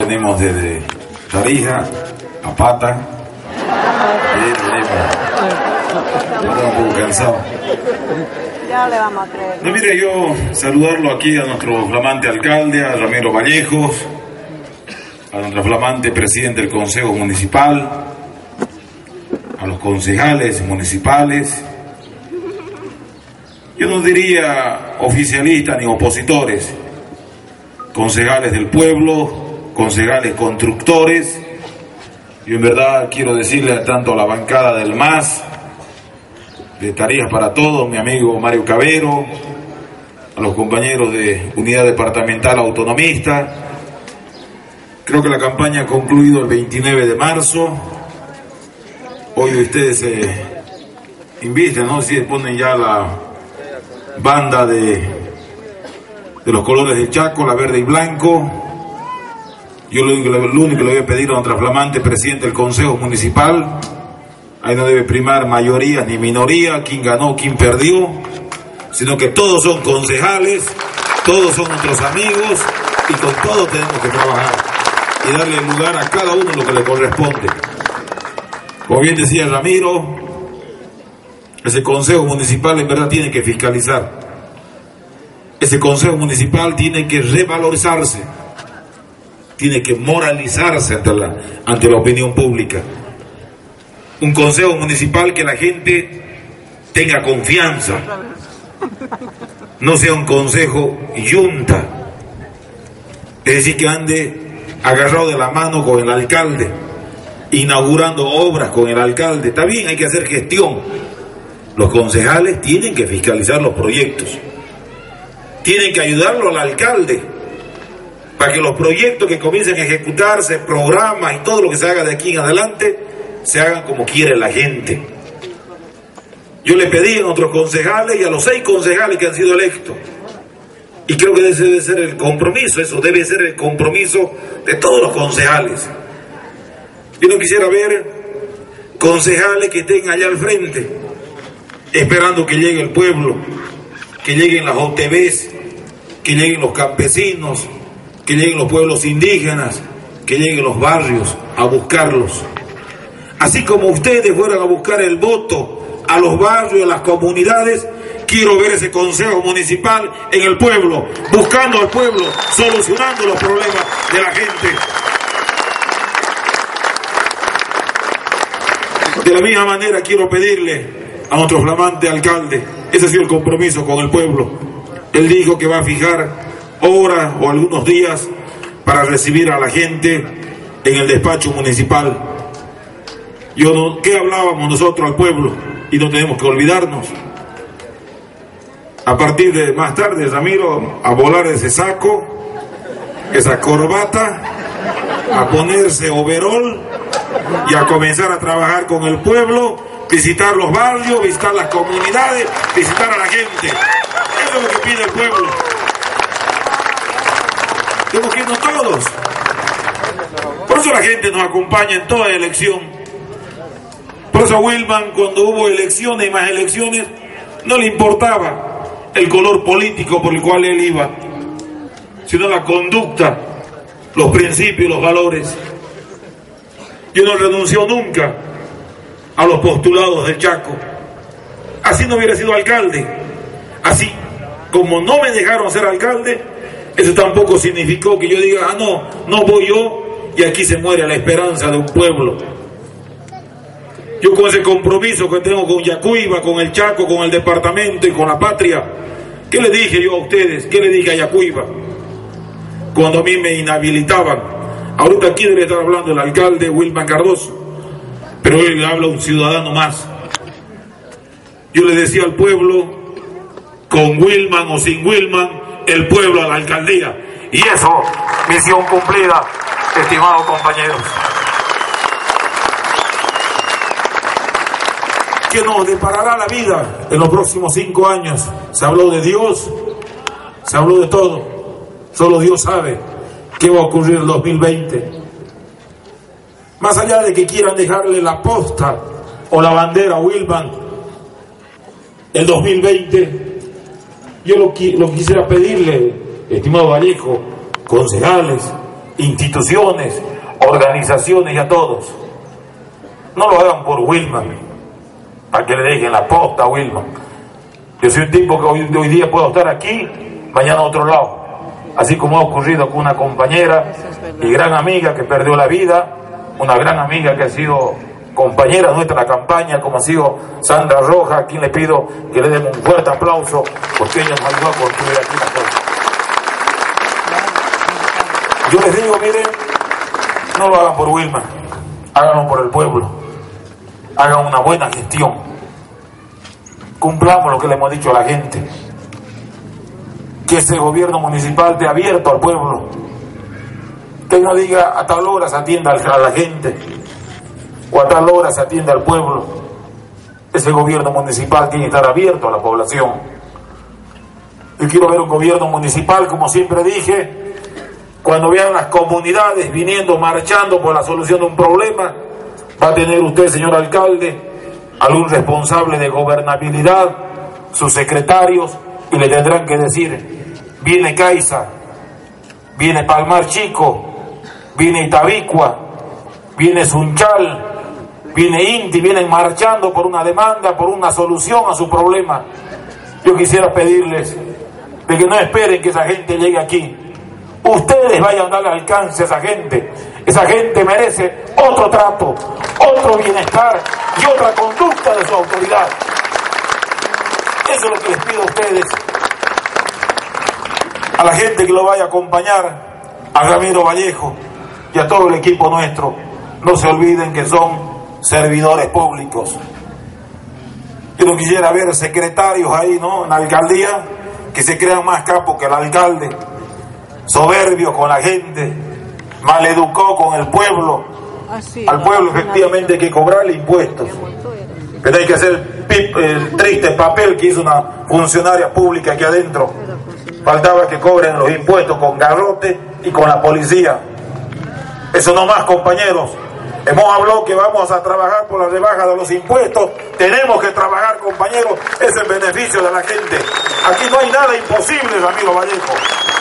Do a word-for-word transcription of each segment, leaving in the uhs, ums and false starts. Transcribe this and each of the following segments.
tenemos desde Tarija a Pata. Bien, bien, ya estamos un poco cansados. Ya le vamos a creer. No, mire, yo saludarlo aquí a nuestro flamante alcalde, a Ramiro Vallejos, a nuestro flamante presidente del Consejo Municipal, a los concejales municipales. Yo no diría oficialistas ni opositores, concejales del pueblo, concejales constructores. Yo en verdad quiero decirle tanto a la bancada del M A S, de Tareas para Todos, mi amigo Mario Cabero, a los compañeros de Unidad Departamental Autonomista. Creo que la campaña ha concluido el veintinueve de marzo. Hoy ustedes se eh, invisten, ¿no? Si ponen ya la banda de, de los colores del Chaco, la verde y blanco. Yo lo único, lo único que le voy a pedir a nuestra flamante presidente del Consejo Municipal, ahí no debe primar mayoría ni minoría, quién ganó, quién perdió, sino que todos son concejales, todos son nuestros amigos y con todos tenemos que trabajar y darle lugar a cada uno lo que le corresponde. Como bien decía Ramiro, ese Consejo Municipal en verdad tiene que fiscalizar. Ese Consejo Municipal tiene que revalorizarse, tiene que moralizarse ante la, ante la opinión pública. Un Consejo Municipal que la gente tenga confianza, no sea un consejo yunta, es decir, que ande agarrado de la mano con el alcalde, inaugurando obras con el alcalde. Está bien, hay que hacer gestión. Los concejales tienen que fiscalizar los proyectos, tienen que ayudarlo al alcalde para que los proyectos que comiencen a ejecutarse, programas y todo lo que se haga de aquí en adelante, se hagan como quiere la gente. Yo le pedí a nuestros concejales y a los seis concejales que han sido electos, y creo que ese debe ser el compromiso, eso debe ser el compromiso de todos los concejales. Yo no quisiera ver concejales que estén allá al frente, esperando que llegue el pueblo, que lleguen las O T Bs, que lleguen los campesinos, que lleguen los pueblos indígenas, que lleguen los barrios a buscarlos. Así como ustedes fueran a buscar el voto a los barrios, a las comunidades, quiero ver ese Consejo Municipal en el pueblo, buscando al pueblo, solucionando los problemas de la gente. De la misma manera quiero pedirle a nuestro flamante alcalde, ese ha sido el compromiso con el pueblo. Él dijo que va a fijar horas o algunos días para recibir a la gente en el despacho municipal. Yo no, ¿qué hablábamos nosotros al pueblo? Y no tenemos que olvidarnos. A partir de más tarde, Ramiro, a volar ese saco, esa corbata, a ponerse overol y a comenzar a trabajar con el pueblo, visitar los barrios, visitar las comunidades, visitar a la gente. Eso es lo que pide el pueblo. Tenemos que irnos todos. Por eso la gente nos acompaña en toda elección. Por eso a Wilman, cuando hubo elecciones y más elecciones, no le importaba el color político por el cual él iba, sino la conducta, los principios, los valores. Yo no renunció nunca a los postulados del Chaco. Así no hubiera sido alcalde. Así como no me dejaron ser alcalde, eso tampoco significó que yo diga, ah, no, no voy yo y aquí se muere la esperanza de un pueblo. Yo con ese compromiso que tengo con Yacuiba, con el Chaco, con el departamento y con la patria, ¿qué le dije yo a ustedes? ¿Qué le dije a Yacuiba? Cuando a mí me inhabilitaban. Ahorita aquí debe estar hablando el alcalde Wilman Cardoso, pero hoy le habla un ciudadano más. Yo le decía al pueblo, con Wilman o sin Wilman, el pueblo a la alcaldía. Y eso, misión cumplida, estimados compañeros. ¿Qué nos deparará la vida en los próximos cinco años? Se habló de Dios, se habló de todo. Solo Dios sabe qué va a ocurrir en el dos mil veinte. Más allá de que quieran dejarle la posta o la bandera a Wilman, el dos mil veinte, yo lo, lo quisiera pedirle, estimado Vallejo, concejales, instituciones, organizaciones y a todos. No lo hagan por Wilman, para que le dejen la posta a Wilman. Yo soy un tipo que hoy, hoy día puedo estar aquí, mañana a otro lado. Así como ha ocurrido con una compañera y gran amiga que perdió la vida, una gran amiga que ha sido compañera nuestra en la campaña, como ha sido Sandra Rojas, a quien le pido que le den un fuerte aplauso, porque ella nos ayudó a construir aquí la cosa. Yo les digo, miren, no lo hagan por Wilman, háganlo por el pueblo, hagan una buena gestión, cumplamos lo que le hemos dicho a la gente, que ese gobierno municipal esté abierto al pueblo, que no diga a tal hora se atienda a la gente o a tal hora se atiende al pueblo. Ese gobierno municipal tiene que estar abierto a la población. Yo quiero ver un gobierno municipal, como siempre dije, cuando vean las comunidades viniendo, marchando por la solución de un problema, va a tener usted, señor alcalde, algún responsable de gobernabilidad, sus secretarios, y le tendrán que decir: viene Caiza, viene Palmar Chico, viene Itabicua, viene Sunchal, viene Inti, vienen marchando por una demanda, por una solución a su problema. Yo quisiera pedirles de que no esperen que esa gente llegue aquí. Ustedes vayan a darle alcance a esa gente. Esa gente merece otro trato, otro bienestar y otra conducta de su autoridad. Eso es lo que les pido a ustedes, a la gente que lo vaya a acompañar, a Ramiro Vallejo y a todo el equipo nuestro. No se olviden que son servidores públicos. Yo no quisiera ver secretarios ahí, ¿no?, en la alcaldía, que se crean más capos que el alcalde, soberbios con la gente, maleducó con el pueblo. Al pueblo efectivamente hay que cobrarle impuestos, pero hay que hacer el triste papel que hizo una funcionaria pública aquí adentro. Faltaba que cobren los impuestos con garrote y con la policía. Eso no más, compañeros. Hemos hablado que vamos a trabajar por la rebaja de los impuestos. Tenemos que trabajar, compañeros. Es el beneficio de la gente. Aquí no hay nada imposible, Ramiro Vallejo.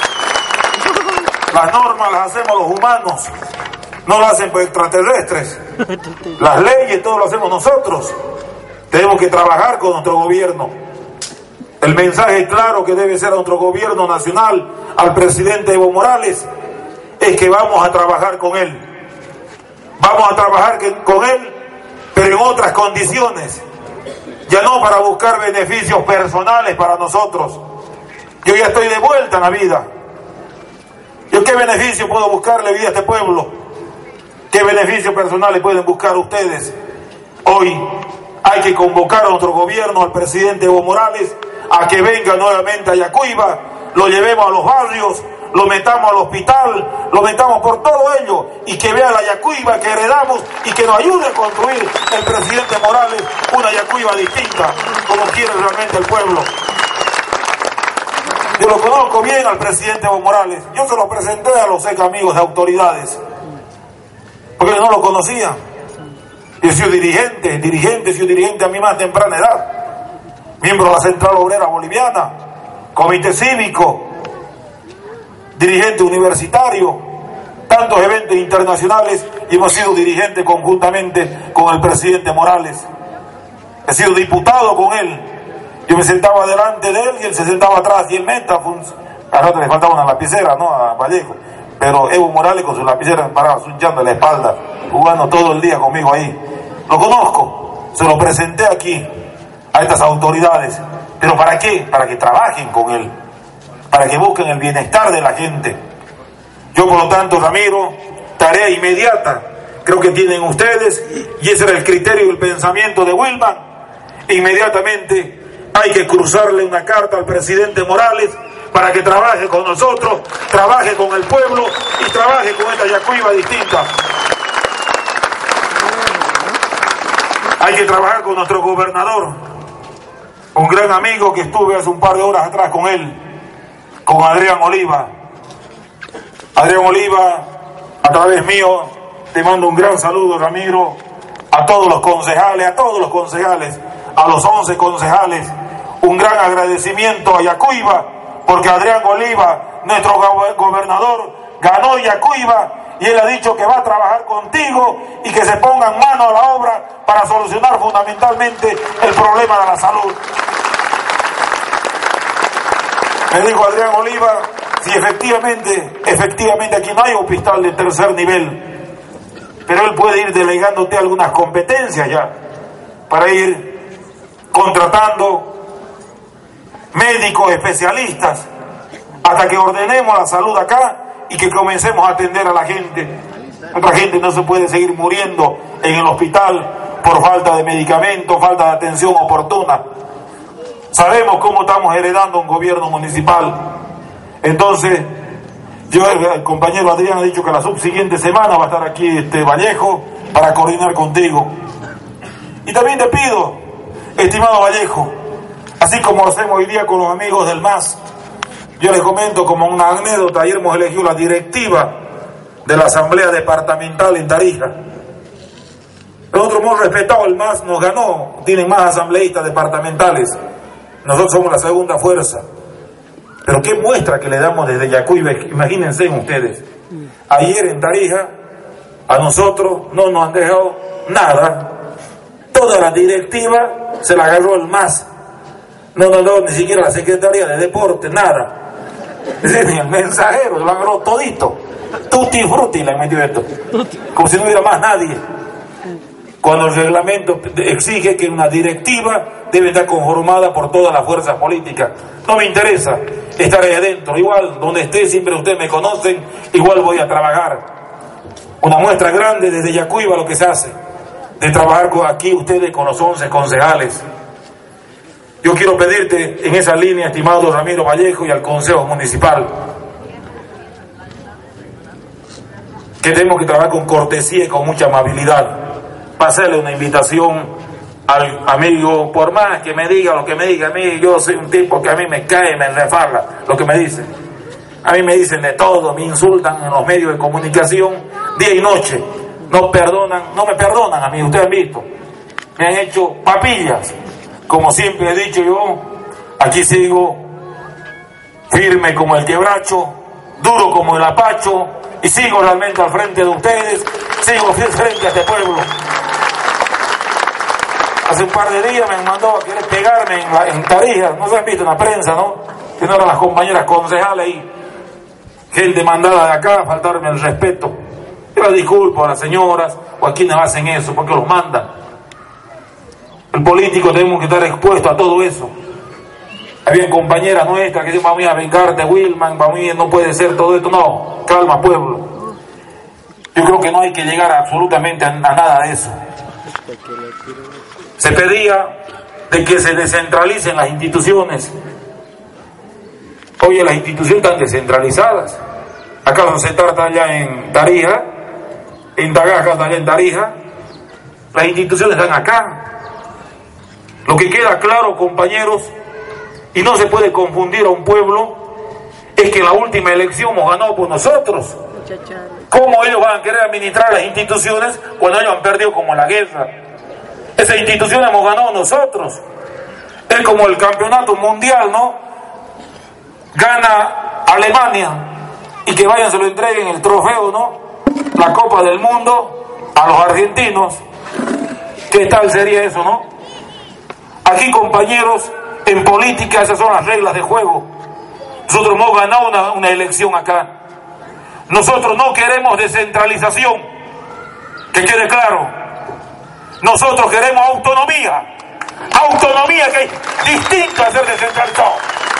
Las normas las hacemos los humanos, no las hacen por extraterrestres. Las leyes, todo lo hacemos nosotros. Tenemos que trabajar con nuestro gobierno. El mensaje claro que debe ser a nuestro gobierno nacional, al presidente Evo Morales, es que vamos a trabajar con él. Vamos a trabajar con él, pero en otras condiciones. Ya no para buscar beneficios personales para nosotros. Yo ya estoy de vuelta en la vida. ¿Yo qué beneficio puedo buscarle vida a este pueblo? ¿Qué beneficio personal le pueden buscar ustedes? Hoy hay que convocar a nuestro gobierno, al presidente Evo Morales, a que venga nuevamente a Yacuiba, lo llevemos a los barrios, lo metamos al hospital, lo metamos por todo ello, y que vea la Yacuiba que heredamos y que nos ayude a construir el presidente Morales una Yacuiba distinta, como quiere realmente el pueblo. Yo lo conozco bien al presidente Evo Morales. Yo se lo presenté a los ex amigos de autoridades, porque yo no lo conocía. Yo soy dirigente, dirigente, soy dirigente a mi más temprana edad. Miembro de la Central Obrera Boliviana, comité cívico, dirigente universitario, tantos eventos internacionales, y hemos sido dirigentes conjuntamente con el presidente Morales. He sido diputado con él. Yo me sentaba delante de él y él se sentaba atrás, y el meta, a rato le faltaba una lapicera, ¿no?, a Vallejo, pero Evo Morales con su lapicera paraba sunchando la espalda, jugando todo el día conmigo ahí. Lo conozco, se lo presenté aquí a estas autoridades, pero ¿para qué? Para que trabajen con él, para que busquen el bienestar de la gente. Yo, por lo tanto, Ramiro, tarea inmediata, creo que tienen ustedes, y ese era el criterio y el pensamiento de Wilman. Inmediatamente hay que cruzarle una carta al presidente Morales para que trabaje con nosotros, trabaje con el pueblo y trabaje con esta Yacuiba distinta. Hay que trabajar con nuestro gobernador, un gran amigo que estuve hace un par de horas atrás con él, con Adrián Oliva. Adrián Oliva, a través mío, te mando un gran saludo, Ramiro, a todos los concejales, a todos los concejales, a los once concejales, un gran agradecimiento a Yacuiba, porque Adrián Oliva, nuestro gobernador, ganó Yacuiba y él ha dicho que va a trabajar contigo y que se pongan mano a la obra para solucionar fundamentalmente el problema de la salud. Me dijo Adrián Oliva, si efectivamente, efectivamente aquí no hay hospital de tercer nivel, pero él puede ir delegándote algunas competencias ya, para ir contratando médicos especialistas, hasta que ordenemos la salud acá y que comencemos a atender a la gente. Otra gente no se puede seguir muriendo en el hospital por falta de medicamentos, falta de atención oportuna. Sabemos cómo estamos heredando un gobierno municipal. Entonces, yo, el compañero Adrián ha dicho que la subsiguiente semana va a estar aquí este Vallejo para coordinar contigo. Y también te pido, estimado Vallejo, así como lo hacemos hoy día con los amigos del M A S, yo les comento como una anécdota, ayer hemos elegido la directiva de la Asamblea Departamental en Tarija. Nosotros hemos respetado el M A S, nos ganó, tienen más asambleístas departamentales. Nosotros somos la segunda fuerza. Pero qué muestra que le damos desde Yacuiba, imagínense ustedes. Ayer en Tarija, a nosotros no nos han dejado nada. Toda la directiva se la agarró el M A S. No nos dio ni siquiera la Secretaría de Deporte, nada. Ni el Mensajero, lo agarró todito. Tutti frutti le han metido esto. Como si no hubiera más nadie. Cuando el reglamento exige que una directiva debe estar conformada por todas las fuerzas políticas. No me interesa estar ahí adentro. Igual, donde esté, siempre ustedes me conocen, igual voy a trabajar. Una muestra grande desde Yacuiba lo que se hace, de trabajar con aquí ustedes con los once concejales. Yo quiero pedirte en esa línea, estimado Ramiro Vallejo, y al Consejo Municipal, que tenemos que trabajar con cortesía y con mucha amabilidad. Pasarle una invitación al amigo, por más que me diga lo que me diga a mí, yo soy un tipo que a mí me cae, me refarla lo que me dicen. A mí me dicen de todo, me insultan en los medios de comunicación día y noche. No perdonan, no me perdonan a mí, ustedes han visto. Me han hecho papillas. Como siempre he dicho yo, aquí sigo firme como el quebracho, duro como el apacho, y sigo realmente al frente de ustedes, sigo frente a este pueblo. Hace un par de días me mandó a querer pegarme en, la, en Tarija, no se han visto en la prensa, ¿no? Que no eran las compañeras concejales ahí, gente mandada de acá a faltarme el respeto. Yo les disculpo a las señoras o a quienes hacen eso, porque los mandan. El político tenemos que estar expuestos a todo eso. Había compañeras nuestras que decían, vamos a vengarte, Wilman, vamos a, no puede ser todo esto. No, calma, pueblo. Yo creo que no hay que llegar absolutamente a, a nada de eso. Se pedía de que se descentralicen las instituciones. Oye, las instituciones están descentralizadas. ¿Acaso se trata allá en Tarija? En Tagaja, allá en Tarija. Las instituciones están acá. Lo que queda claro, compañeros, y no se puede confundir a un pueblo, es que la última elección hemos ganado por nosotros. ¿Cómo ellos van a querer administrar las instituciones cuando ellos han perdido como la guerra? Esas instituciones hemos ganado nosotros. Es como el campeonato mundial, ¿no? Gana Alemania y que vayan se lo entreguen el trofeo, ¿no? La Copa del Mundo a los argentinos. ¿Qué tal sería eso, no? Aquí, compañeros, en política esas son las reglas de juego. Nosotros hemos ganado una, una elección acá. Nosotros no queremos descentralización, que quede claro. Nosotros queremos autonomía. Autonomía que es distinta a ser descentralizado.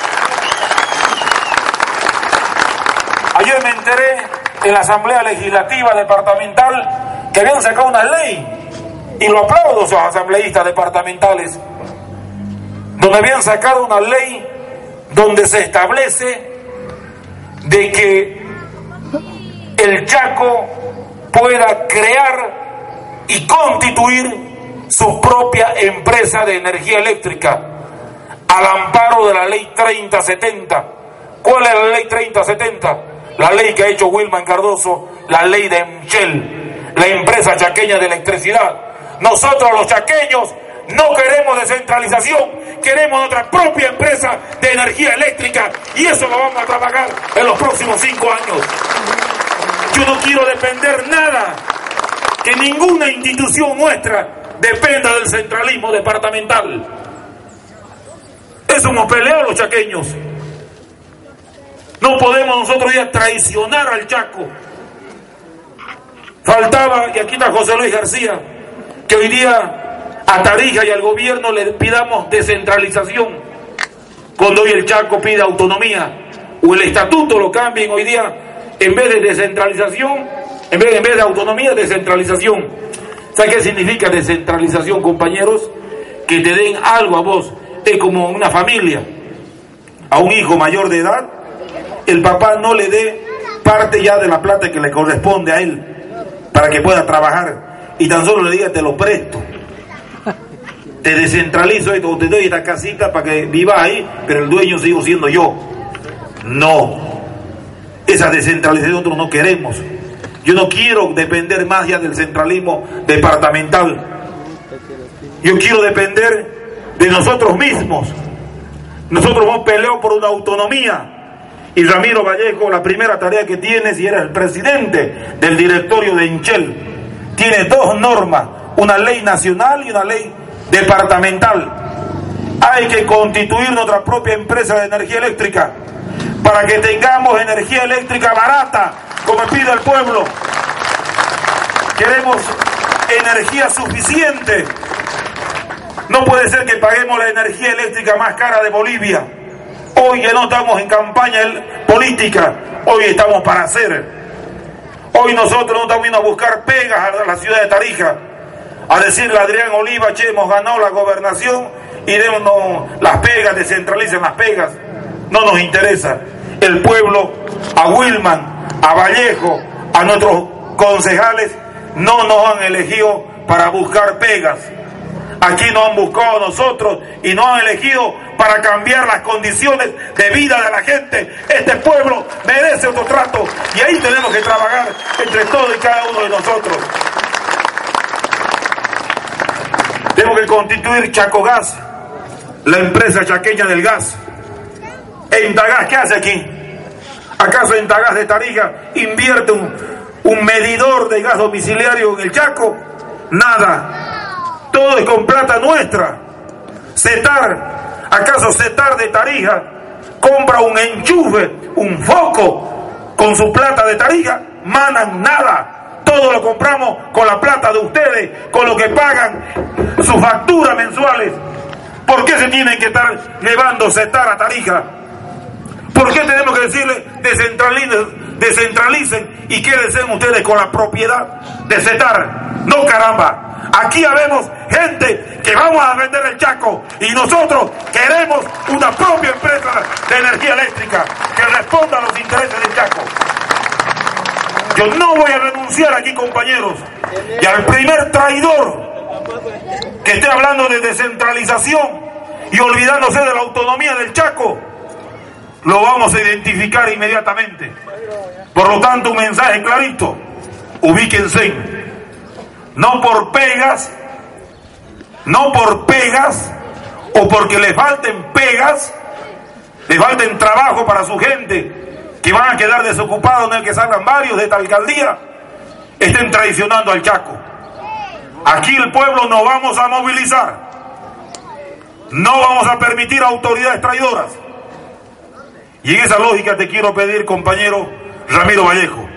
Ayer me enteré en la Asamblea Legislativa Departamental que habían sacado una ley, y lo aplaudo a esos asambleístas departamentales, donde habían sacado una ley donde se establece de que el Chaco pueda crear y constituir su propia empresa de energía eléctrica al amparo de la ley treinta setenta. ¿Cuál es la ley treinta setenta? La ley que ha hecho Wilman Cardoso, la ley de Enchel, la empresa chaqueña de electricidad. Nosotros los chaqueños no queremos descentralización, queremos nuestra propia empresa de energía eléctrica, y eso lo vamos a trabajar en los próximos cinco años. Yo no quiero depender nada, que ninguna institución nuestra dependa del centralismo departamental. Eso hemos peleado los chaqueños. No podemos nosotros ya traicionar al Chaco. Faltaba, y aquí está José Luis García, que hoy día a Tarija y al gobierno le pidamos descentralización, cuando hoy el Chaco pide autonomía, o el estatuto lo cambien hoy día, en vez de descentralización, en vez, en vez de autonomía, descentralización. ¿Sabe qué significa descentralización, compañeros? Que te den algo a vos. Es como una familia, a un hijo mayor de edad, el papá no le dé parte ya de la plata que le corresponde a él para que pueda trabajar, y tan solo le diga: te lo presto, te descentralizo esto, o te doy esta casita para que vivas ahí, pero el dueño sigo siendo yo. No, esa descentralización nosotros no queremos. Yo no quiero depender más ya del centralismo departamental. Yo quiero depender de nosotros mismos. Nosotros hemos peleado por una autonomía. Y Ramiro Vallejo, la primera tarea que tiene, si eres el presidente del directorio de Enchel, tiene dos normas: una ley nacional y una ley departamental. Hay que constituir nuestra propia empresa de energía eléctrica para que tengamos energía eléctrica barata, como pide el pueblo. Queremos energía suficiente. No puede ser que paguemos la energía eléctrica más cara de Bolivia. Hoy ya no estamos en campaña política, hoy estamos para hacer. Hoy nosotros no estamos viendo a buscar pegas a la ciudad de Tarija, a decirle a Adrián Oliva: che, hemos ganado la gobernación y démonos las pegas, descentralicen las pegas. No nos interesa. El pueblo, a Wilman, a Vallejo, a nuestros concejales, no nos han elegido para buscar pegas. Aquí nos han buscado a nosotros y nos han elegido para cambiar las condiciones de vida de la gente. Este pueblo merece otro trato, y ahí tenemos que trabajar entre todos y cada uno de nosotros. Tenemos que constituir Chacogas, la empresa chaqueña del gas. Entagas, ¿qué hace aquí? ¿Acaso Entagas de Tarija invierte un, un medidor de gas domiciliario en el Chaco? Nada. Todo es con plata nuestra. Cetar, ¿acaso Cetar de Tarija compra un enchufe, un foco con su plata de Tarija? Manan, nada. Todo lo compramos con la plata de ustedes, con lo que pagan sus facturas mensuales. ¿Por qué se tienen que estar llevando Cetar a Tarija? ¿Por qué tenemos que decirle descentralicen, descentralicen y quédense ustedes con la propiedad de Cetar? No, caramba. Aquí habemos gente que vamos a vender el Chaco, y nosotros queremos una propia empresa de energía eléctrica que responda a los intereses del Chaco. Yo no voy a renunciar aquí, compañeros, y al primer traidor que esté hablando de descentralización y olvidándose de la autonomía del Chaco, lo vamos a identificar inmediatamente. Por lo tanto, un mensaje clarito: ubíquense. No por pegas, no por pegas, o porque le falten pegas, le falten trabajo para su gente, que van a quedar desocupados en el que salgan varios de esta alcaldía, estén traicionando al Chaco. Aquí el pueblo no vamos a movilizar, no vamos a permitir autoridades traidoras. Y en esa lógica te quiero pedir, compañero Ramiro Vallejo,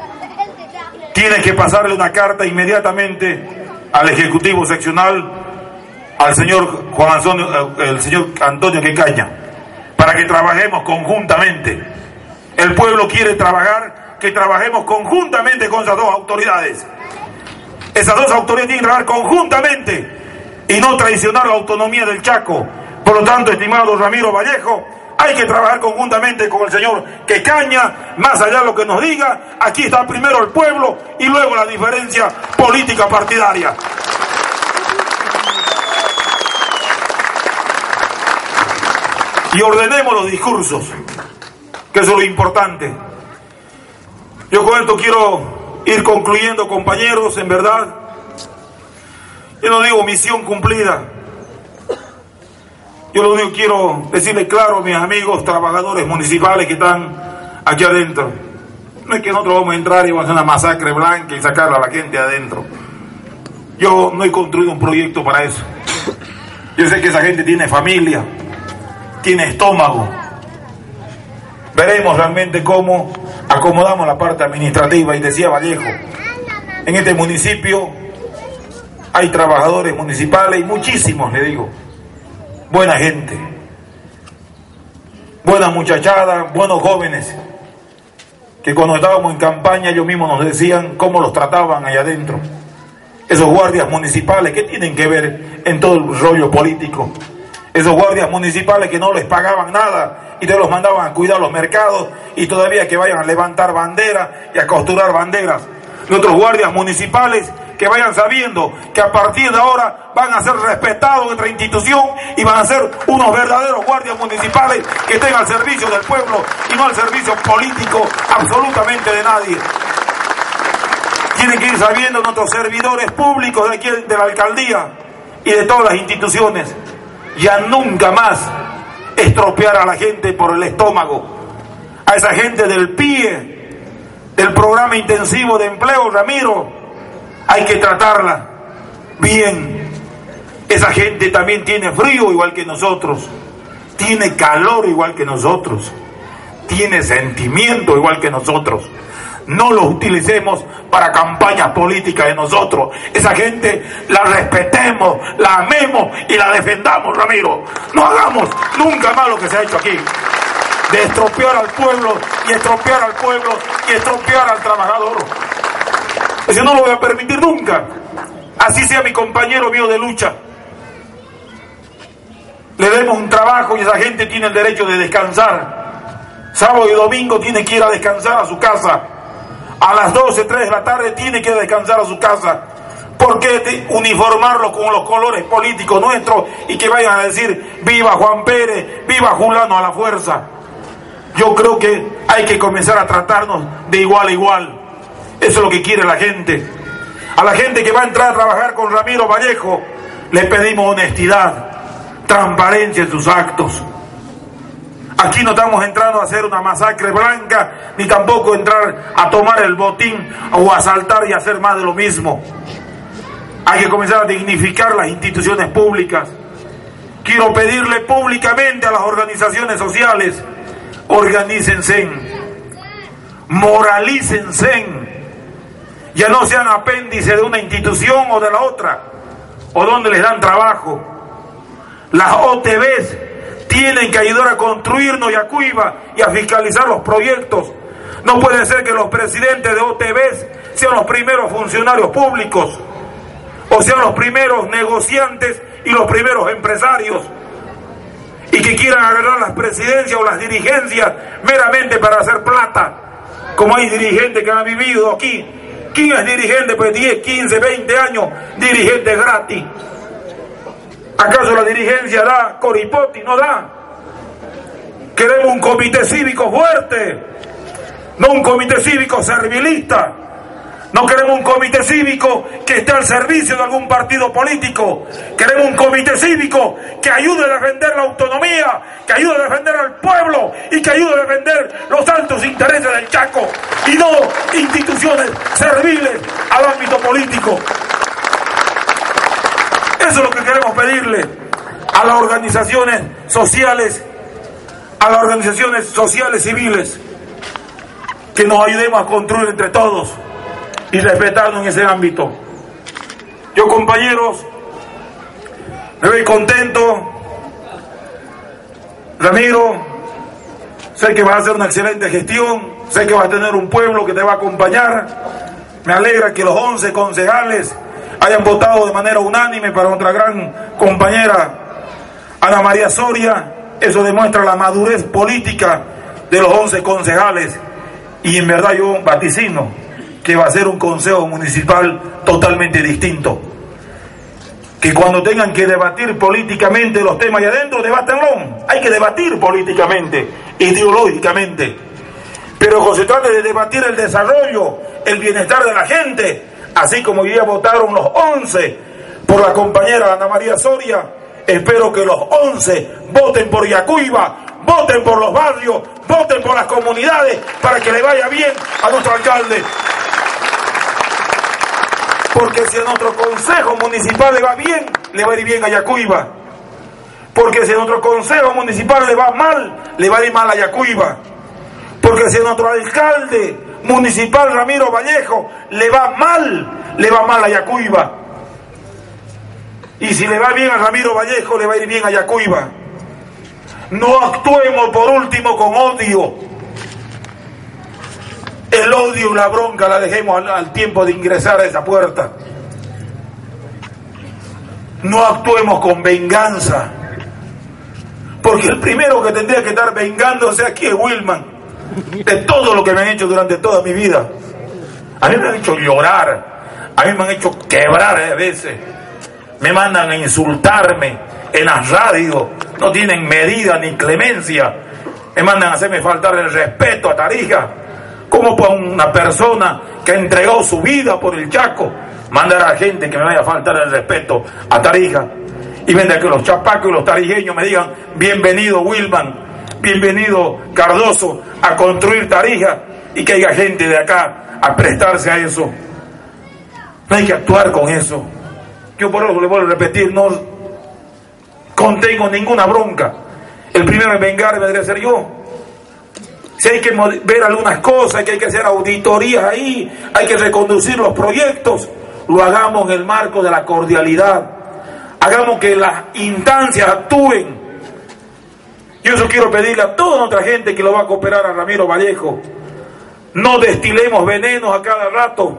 tienes que pasarle una carta inmediatamente al Ejecutivo Seccional, al señor Juan Antonio, el señor Antonio Quecaña, para que trabajemos conjuntamente. El pueblo quiere trabajar, que trabajemos conjuntamente con esas dos autoridades. Esas dos autoridades tienen que trabajar conjuntamente y no traicionar la autonomía del Chaco. Por lo tanto, estimado Ramiro Vallejo, hay que trabajar conjuntamente con el señor Quecaña, más allá de lo que nos diga. Aquí está primero el pueblo y luego la diferencia política partidaria. Y ordenemos los discursos, que eso es lo importante. Yo con esto quiero ir concluyendo, compañeros. En verdad, yo no digo misión cumplida. Yo lo único que quiero decirle claro a mis amigos trabajadores municipales que están aquí adentro: no es que nosotros vamos a entrar y vamos a hacer una masacre blanca y sacar a la gente adentro. Yo no he construido un proyecto para eso. Yo sé que esa gente tiene familia, tiene estómago. Veremos realmente cómo acomodamos la parte administrativa. Y decía Vallejo, en este municipio hay trabajadores municipales, y muchísimos, le digo, buena gente, buenas muchachadas, buenos jóvenes, que cuando estábamos en campaña ellos mismos nos decían cómo los trataban allá adentro. Esos guardias municipales, ¿qué tienen que ver en todo el rollo político? Esos guardias municipales que no les pagaban nada y te los mandaban a cuidar los mercados y todavía que vayan a levantar banderas y a costurar banderas. Y otros guardias municipales que vayan sabiendo que a partir de ahora van a ser respetados en nuestra institución y van a ser unos verdaderos guardias municipales que estén al servicio del pueblo y no al servicio político absolutamente de nadie. Tienen que ir sabiendo nuestros servidores públicos de aquí de la alcaldía y de todas las instituciones, ya nunca más estropear a la gente por el estómago, a esa gente del P I E, del programa intensivo de empleo, Ramiro, hay que tratarla bien. Esa gente también tiene frío igual que nosotros, tiene calor igual que nosotros, tiene sentimiento igual que nosotros. No los utilicemos para campañas políticas de nosotros. Esa gente la respetemos, la amemos y la defendamos, Ramiro. No hagamos nunca más lo que se ha hecho aquí, de estropear al pueblo y estropear al pueblo y estropear al trabajador. Eso no lo voy a permitir nunca. Así sea mi compañero mío de lucha. Le demos un trabajo y esa gente tiene el derecho de descansar. Sábado y domingo tiene que ir a descansar a su casa. A las doce, tres de la tarde tiene que descansar a su casa. ¿Por qué uniformarlo con los colores políticos nuestros y que vayan a decir viva Juan Pérez, viva Julano a la fuerza? Yo creo que hay que comenzar a tratarnos de igual a igual. Eso es lo que quiere la gente. A la gente que va a entrar a trabajar con Ramiro Vallejo le pedimos honestidad, transparencia en sus actos. Aquí no estamos entrando a hacer una masacre blanca, ni tampoco entrar a tomar el botín o a asaltar y hacer más de lo mismo. Hay que comenzar a dignificar las instituciones públicas. Quiero pedirle públicamente a las organizaciones sociales, organícense, moralícense, ya no sean apéndice de una institución o de la otra, o donde les dan trabajo. Las O T Bs tienen que ayudar a construirnos y a Cuiba y a fiscalizar los proyectos. No puede ser que los presidentes de O T Bs sean los primeros funcionarios públicos, o sean los primeros negociantes y los primeros empresarios, y que quieran agarrar las presidencias o las dirigencias meramente para hacer plata, como hay dirigentes que han vivido aquí. ¿Quién es dirigente? Pues diez, quince, veinte años, dirigente gratis. ¿Acaso la dirigencia da coripoti? No da. Queremos un comité cívico fuerte, no un comité cívico servilista. No queremos un comité cívico que esté al servicio de algún partido político. Queremos un comité cívico que ayude a defender la autonomía, que ayude a defender al pueblo y que ayude a defender los altos intereses del Chaco, y no instituciones serviles al ámbito político. Eso es lo que queremos pedirle a las organizaciones sociales, a las organizaciones sociales civiles, que nos ayudemos a construir entre todos y respetarnos en ese ámbito. Yo, compañeros, me voy contento. Ramiro, sé que vas a hacer una excelente gestión, sé que vas a tener un pueblo que te va a acompañar. Me alegra que los once concejales hayan votado de manera unánime para nuestra gran compañera Ana María Soria. Eso demuestra la madurez política de los once concejales, y en verdad yo vaticino que va a ser un consejo municipal totalmente distinto. Que cuando tengan que debatir políticamente los temas allá adentro, debátanlo. Hay que debatir políticamente, ideológicamente. Pero cuando se trate de debatir el desarrollo, el bienestar de la gente, así como hoy día votaron los once por la compañera Ana María Soria, espero que los once voten por Yacuiba, voten por los barrios, voten por las comunidades para que le vaya bien a nuestro alcalde. Porque si a nuestro consejo municipal le va bien, le va a ir bien a Yacuiba. Porque si a nuestro consejo municipal le va mal, le va a ir mal a Yacuiba. Porque si a nuestro alcalde municipal Ramiro Vallejo le va mal, le va mal a Yacuiba. Y si le va bien a Ramiro Vallejo, le va a ir bien a Yacuiba. No actuemos por último con odio. El odio y la bronca la dejemos al, al tiempo de ingresar a esa puerta. No actuemos con venganza, porque el primero que tendría que estar vengándose aquí es Wilman, de todo lo que me han hecho durante toda mi vida. A mí me han hecho llorar, a mí me han hecho quebrar a veces, me mandan a insultarme en las radios, no tienen medida ni clemencia, me mandan a hacerme faltar el respeto a Tarija. ¿Cómo puede una persona que entregó su vida por el Chaco mandar a gente que me vaya a faltar el respeto a Tarija? Y mientras que los chapacos y los tarijeños me digan, bienvenido Wilman, bienvenido Cardoso a construir Tarija, y que haya gente de acá a prestarse a eso. No hay que actuar con eso. Yo por eso le vuelvo a repetir, no contengo ninguna bronca. El primero en vengarme debería ser yo. Si hay que ver algunas cosas, que hay que hacer auditorías ahí, hay que reconducir los proyectos, lo hagamos en el marco de la cordialidad. Hagamos que las instancias actúen. Yo eso quiero pedirle a toda nuestra gente que lo va a cooperar a Ramiro Vallejo. No destilemos venenos a cada rato.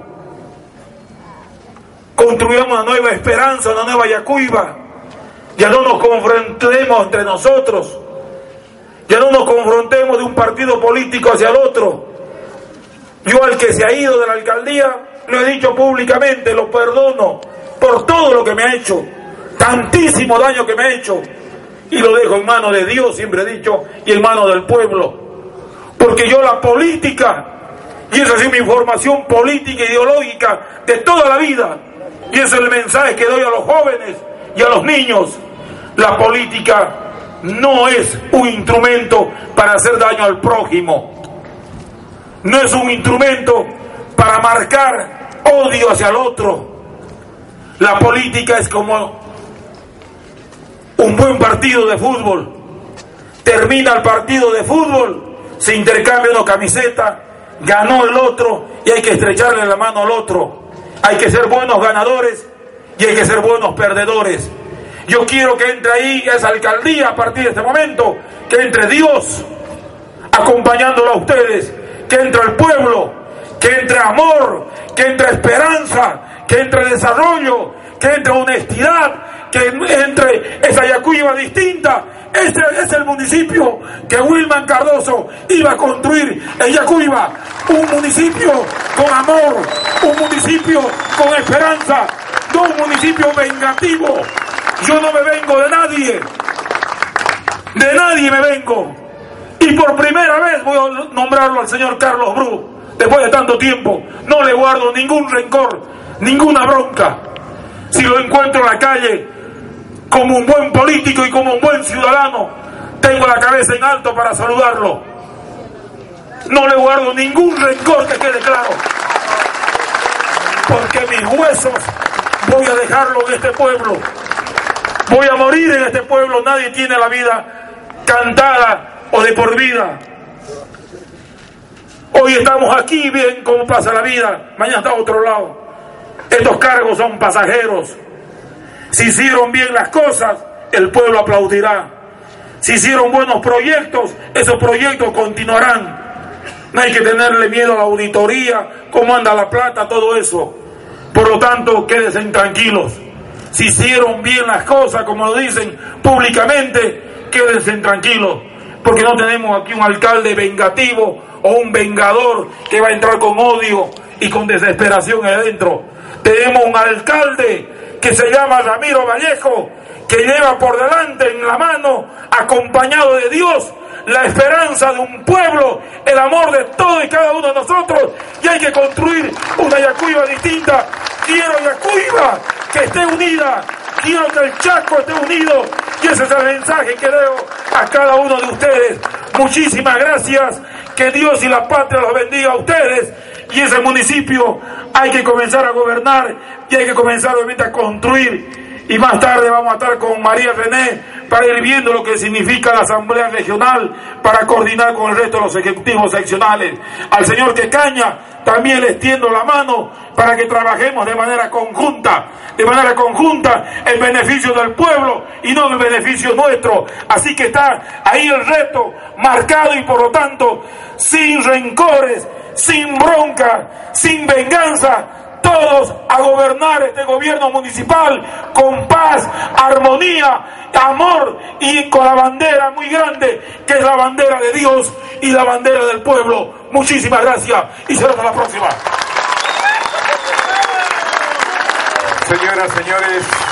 Construyamos una nueva esperanza, una nueva Yacuiba. Ya no nos confrontemos entre nosotros. Ya no nos confrontemos de un partido político hacia el otro. Yo al que se ha ido de la alcaldía, lo he dicho públicamente, lo perdono por todo lo que me ha hecho, tantísimo daño que me ha hecho, y lo dejo en manos de Dios, siempre he dicho, y en manos del pueblo. Porque yo la política, y esa es mi formación política e ideológica de toda la vida, y ese es el mensaje que doy a los jóvenes y a los niños, la política no es un instrumento para hacer daño al prójimo. No es un instrumento para marcar odio hacia el otro. La política es como un buen partido de fútbol. Termina el partido de fútbol, se intercambia una camiseta, ganó el otro y hay que estrecharle la mano al otro. Hay que ser buenos ganadores y hay que ser buenos perdedores. Yo quiero que entre ahí esa alcaldía a partir de este momento, que entre Dios acompañándolo a ustedes, que entre el pueblo, que entre amor, que entre esperanza, que entre desarrollo, que entre honestidad, que entre esa Yacuiba distinta. Este es el municipio que Wilman Cardoso iba a construir en Yacuiba, un municipio con amor, un municipio con esperanza, no un municipio vengativo. Yo no me vengo de nadie, de nadie me vengo. Y por primera vez voy a nombrarlo al señor Carlos Bru, después de tanto tiempo. No le guardo ningún rencor, ninguna bronca. Si lo encuentro en la calle, como un buen político y como un buen ciudadano, tengo la cabeza en alto para saludarlo. No le guardo ningún rencor, que quede claro. Porque mis huesos voy a dejarlo en este pueblo. Voy a morir en este pueblo. Nadie tiene la vida cantada o de por vida. Hoy estamos aquí, bien cómo pasa la vida, mañana está a otro lado. Estos cargos son pasajeros. Si hicieron bien las cosas, el pueblo aplaudirá. Si hicieron buenos proyectos, esos proyectos continuarán. No hay que tenerle miedo a la auditoría, cómo anda la plata, todo eso. Por lo tanto, quédense tranquilos. Si hicieron bien las cosas, como lo dicen públicamente, quédense tranquilos, porque no tenemos aquí un alcalde vengativo o un vengador que va a entrar con odio y con desesperación ahí adentro. Tenemos un alcalde que se llama Ramiro Vallejo, que lleva por delante en la mano, acompañado de Dios, la esperanza de un pueblo, el amor de todos y cada uno de nosotros, y hay que construir una Yacuiba distinta. Quiero Yacuiba que esté unida, quiero que el Chaco esté unido, y ese es el mensaje que leo a cada uno de ustedes. Muchísimas gracias, que Dios y la patria los bendiga a ustedes, y ese municipio hay que comenzar a gobernar y hay que comenzar obviamente a construir, y más tarde vamos a estar con María René para ir viendo lo que significa la Asamblea Regional, para coordinar con el resto de los ejecutivos seccionales. Al señor Quecaña también le extiendo la mano para que trabajemos de manera conjunta, de manera conjunta en beneficio del pueblo y no en beneficio nuestro. Así que está ahí el reto marcado, y por lo tanto, sin rencores, sin bronca, sin venganza, todos a gobernar este gobierno municipal con paz, armonía, amor, y con la bandera muy grande, que es la bandera de Dios y la bandera del pueblo. Muchísimas gracias y será hasta la próxima. Señoras, señores.